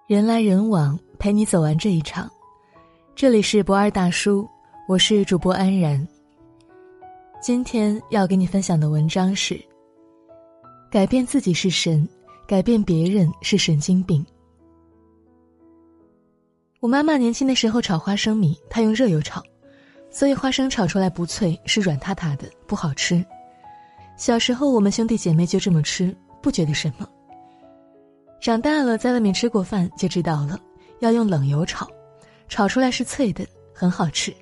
人来人往，陪你走完这一场。这里是不二大叔，我是主播安然。今天要给你分享的文章是：改变自己是神，改变别人是神经病。我妈妈年轻的时候炒花生米，她用热油炒，所以花生炒出来不脆，是软塌塌的，不好吃。小时候我们兄弟姐妹就这么吃，不觉得什么。长大了在外面吃过饭就知道了，要用冷油炒，炒出来是脆的，很好吃。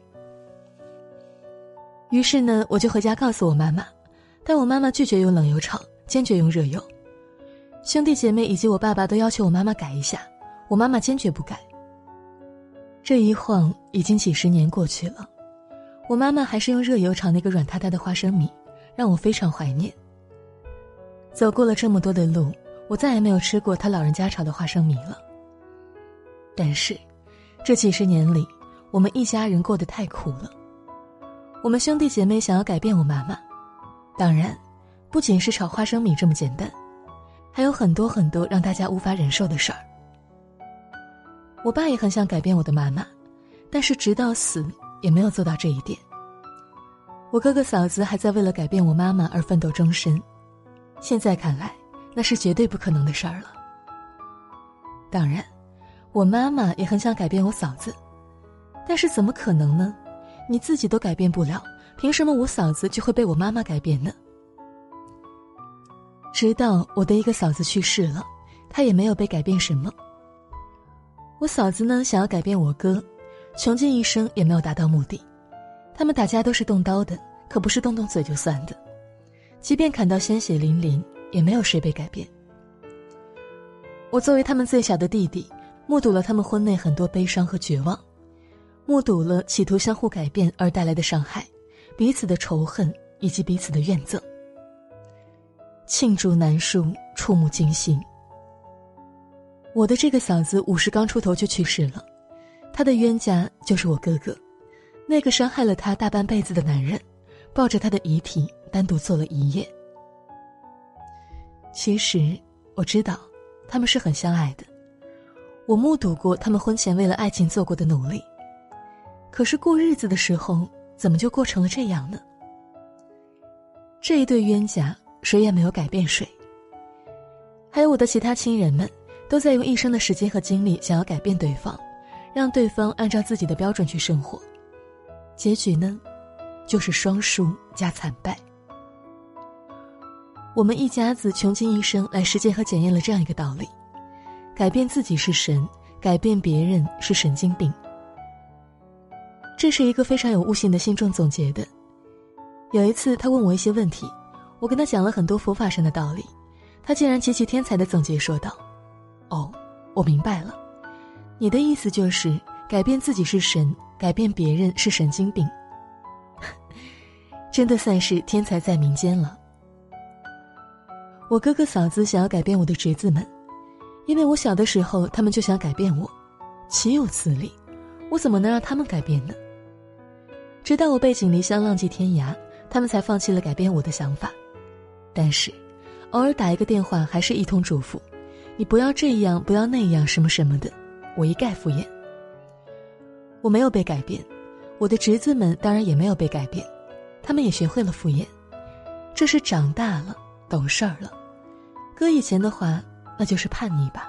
于是呢，我就回家告诉我妈妈，但我妈妈拒绝用冷油炒，坚决用热油。兄弟姐妹以及我爸爸都要求我妈妈改一下，我妈妈坚决不改。这一晃已经几十年过去了，我妈妈还是用热油炒那个软塌塌的花生米，让我非常怀念。走过了这么多的路，我再也没有吃过她老人家炒的花生米了。但是这几十年里，我们一家人过得太苦了。我们兄弟姐妹想要改变我妈妈，当然不仅是炒花生米这么简单，还有很多很多让大家无法忍受的事儿。我爸也很想改变我的妈妈，但是直到死也没有做到这一点。我哥哥嫂子还在为了改变我妈妈而奋斗终身，现在看来那是绝对不可能的事儿了。当然我妈妈也很想改变我嫂子，但是怎么可能呢？你自己都改变不了，凭什么我嫂子就会被我妈妈改变呢？直到我的一个嫂子去世了，她也没有被改变什么。我嫂子呢，想要改变我哥，穷尽一生也没有达到目的。他们打架都是动刀的，可不是动动嘴就算的，即便砍到鲜血淋淋，也没有谁被改变。我作为他们最小的弟弟，目睹了他们婚内很多悲伤和绝望，目睹了企图相互改变而带来的伤害，彼此的仇恨以及彼此的怨憎，罄竹难书，触目惊心。我的这个嫂子50刚出头就去世了，她的冤家就是我哥哥，那个伤害了她大半辈子的男人，抱着她的遗体单独坐了一夜。其实我知道他们是很相爱的，我目睹过他们婚前为了爱情做过的努力，可是过日子的时候怎么就过成了这样呢？这一对冤家谁也没有改变谁。还有我的其他亲人们都在用一生的时间和精力想要改变对方，让对方按照自己的标准去生活，结局呢，就是双输加惨败。我们一家子穷尽一生来实践和检验了这样一个道理：改变自己是神，改变别人是神经病。这是一个非常有悟性的信众总结的。有一次他问我一些问题，我跟他讲了很多佛法上的道理，他竟然极其天才地总结说道：哦，我明白了，你的意思就是改变自己是神，改变别人是神经病。真的算是天才在民间了。我哥哥嫂子想要改变我的侄子们，因为我小的时候他们就想改变我，岂有此理，我怎么能让他们改变呢？直到我背井离乡浪迹天涯，他们才放弃了改变我的想法。但是偶尔打一个电话还是一通嘱咐，你不要这样不要那样什么什么的，我一概敷衍。我没有被改变，我的侄子们当然也没有被改变，他们也学会了敷衍。这是长大了，懂事儿了。搁以前的话，那就是叛逆吧。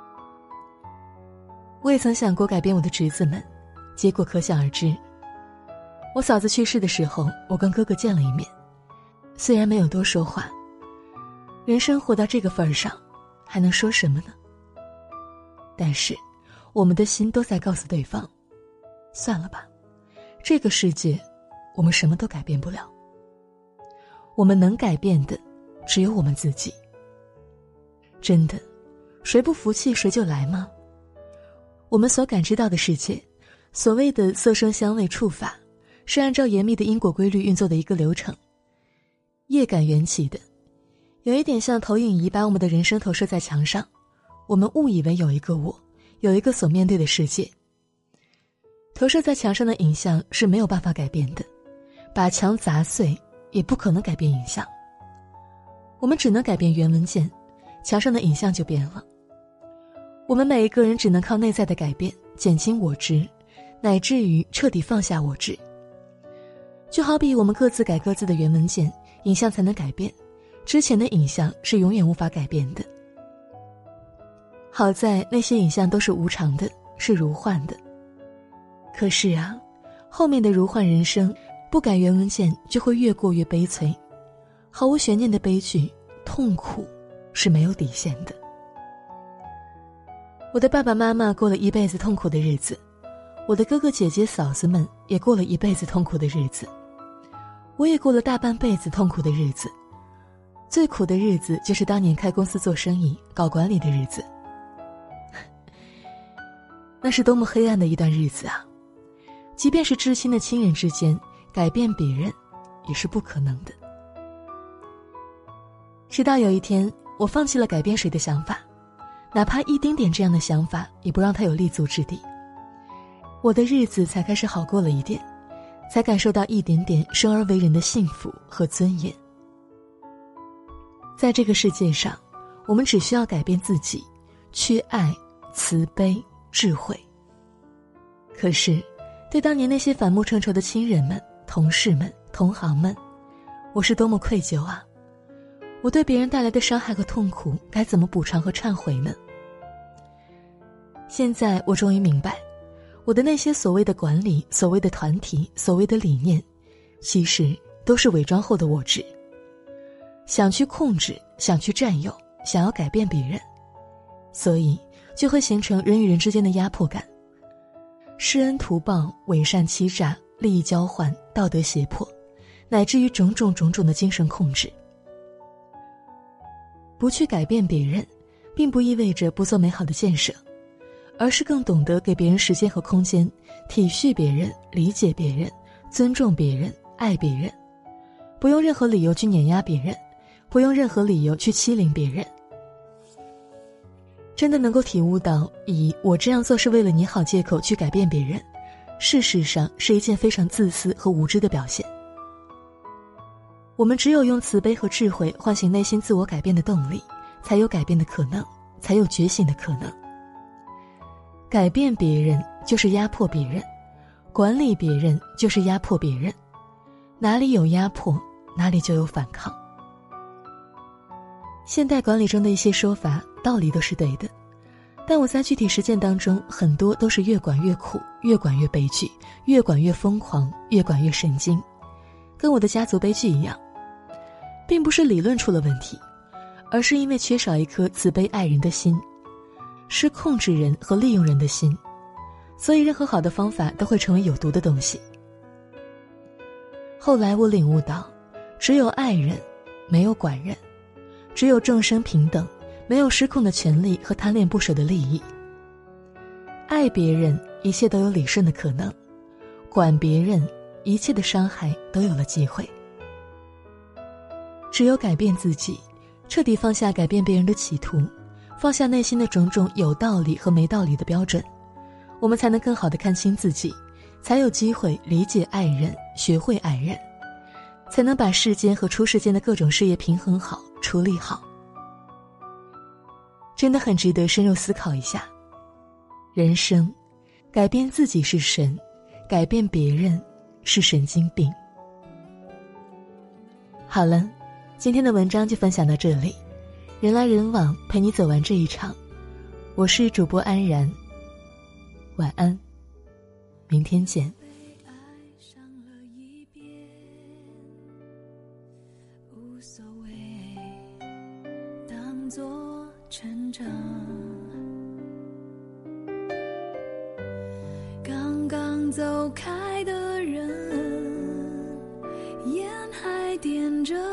我也曾想过改变我的侄子们，结果可想而知。我嫂子去世的时候，我跟哥哥见了一面，虽然没有多说话，人生活到这个份儿上，还能说什么呢？但是我们的心都在告诉对方，算了吧，这个世界我们什么都改变不了，我们能改变的只有我们自己。真的，谁不服气谁就来吗？我们所感知到的世界，所谓的色声香味触法，是按照严密的因果规律运作的一个流程，业感缘起的，有一点像投影仪把我们的人生投射在墙上，我们误以为有一个我，有一个所面对的世界。投射在墙上的影像是没有办法改变的，把墙砸碎也不可能改变影像，我们只能改变原文件，墙上的影像就变了。 我们每一个人只能靠内在的改变减轻我执，乃至于彻底放下我执。就好比我们各自改各自的原文件，影像才能改变，之前的影像是永远无法改变的。好在那些影像都是无常的，是如幻的。可是啊，后面的如幻人生，不改原文件就会越过越悲催，毫无悬念的悲剧，痛苦是没有底线的。我的爸爸妈妈过了一辈子痛苦的日子，我的哥哥姐姐嫂子们也过了一辈子痛苦的日子，我也过了大半辈子痛苦的日子。最苦的日子就是当年开公司做生意搞管理的日子，那是多么黑暗的一段日子啊！即便是至亲的亲人之间，改变别人也是不可能的。直到有一天，我放弃了改变谁的想法，哪怕一丁点这样的想法也不让他有立足之地，我的日子才开始好过了一点，才感受到一点点生而为人的幸福和尊严。在这个世界上，我们只需要改变自己，去爱、慈悲、智慧。可是对当年那些反目成仇的亲人们、同事们、同行们，我是多么愧疚啊！我对别人带来的伤害和痛苦该怎么补偿和忏悔呢？现在我终于明白，我的那些所谓的管理、所谓的团体、所谓的理念，其实都是伪装后的我执。想去控制，想去占有，想要改变别人，所以就会形成人与人之间的压迫感，施恩图报、伪善欺诈、利益交换、道德胁迫，乃至于种种的精神控制。不去改变别人，并不意味着不做美好的建设，而是更懂得给别人时间和空间，体恤别人，理解别人，尊重别人，爱别人，不用任何理由去碾压别人，不用任何理由去欺凌别人。真的能够体悟到，以我这样做是为了你好借口去改变别人，事实上是一件非常自私和无知的表现。我们只有用慈悲和智慧唤醒内心自我改变的动力，才有改变的可能，才有觉醒的可能。改变别人就是压迫别人，管理别人就是压迫别人，哪里有压迫，哪里就有反抗。现代管理中的一些说法道理都是对的，但我在具体实践当中，很多都是越管越苦，越管越悲剧，越管越疯狂，越管越神经，跟我的家族悲剧一样。并不是理论出了问题，而是因为缺少一颗慈悲爱人的心，是控制人和利用人的心，所以任何好的方法都会成为有毒的东西。后来我领悟到，只有爱人，没有管人；只有众生平等，没有失控的权利和贪恋不舍的利益。爱别人，一切都有理顺的可能；管别人，一切的伤害都有了机会。只有改变自己，彻底放下改变别人的企图，放下内心的种种有道理和没道理的标准，我们才能更好地看清自己，才有机会理解爱人，学会爱人，才能把世间和出世间的各种事业平衡好，处理好。真的很值得深入思考一下。人生，改变自己是神，改变别人是神经病。好了，今天的文章就分享到这里，人来人往，陪你走完这一场。我是主播安然，晚安，明天见。 无所谓，当作成长。刚刚走开的人，烟还点着，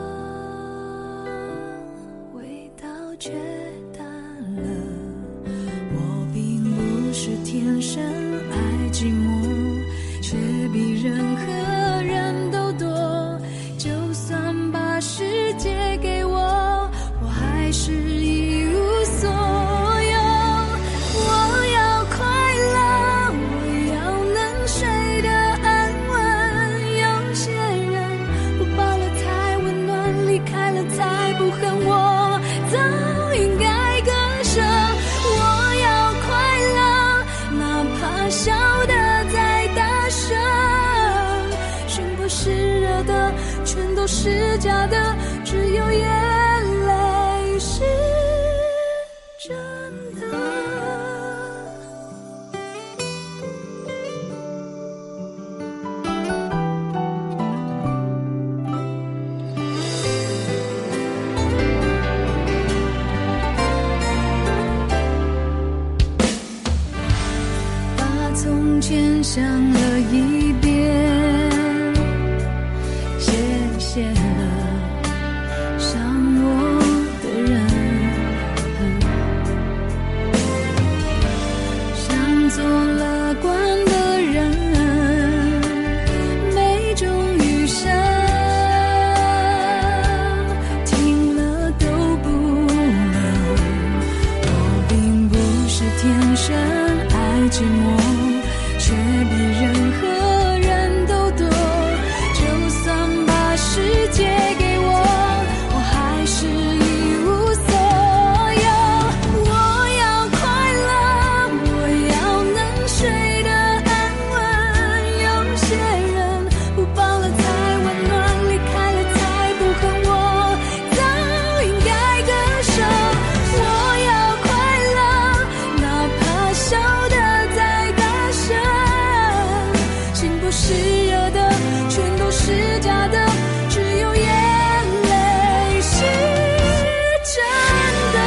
味道却淡了。我并不是天生爱寂寞，却比任何人都多。就算把世界给我，我还是一无所有。我要快乐，我要能睡得安稳。有些人不抱了才温暖，离开了才不恨，我早应该割舍。我是假的，只有眼泪是真的。把从前想了一遍，谢谢了伤我的人，想做乐观的人，没种余生，听了都不能。我并不是天生爱寂寞，却比任何人都多。就算把世界给我，我还是一无所有。我要快乐，我要能睡得安稳。有些人不抱了才温暖，离开了才不恨我，早应该割舍。我要快乐，哪怕笑得再大声，心不是热的，全都是假的，只有眼泪是真的。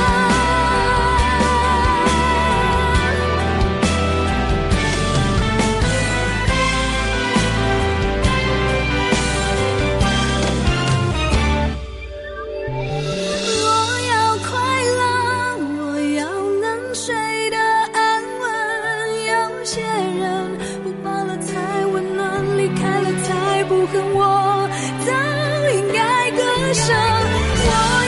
我要快乐，我要能睡得安稳。有些人不抱了才温暖，离开了才不恨我，早应该割舍。我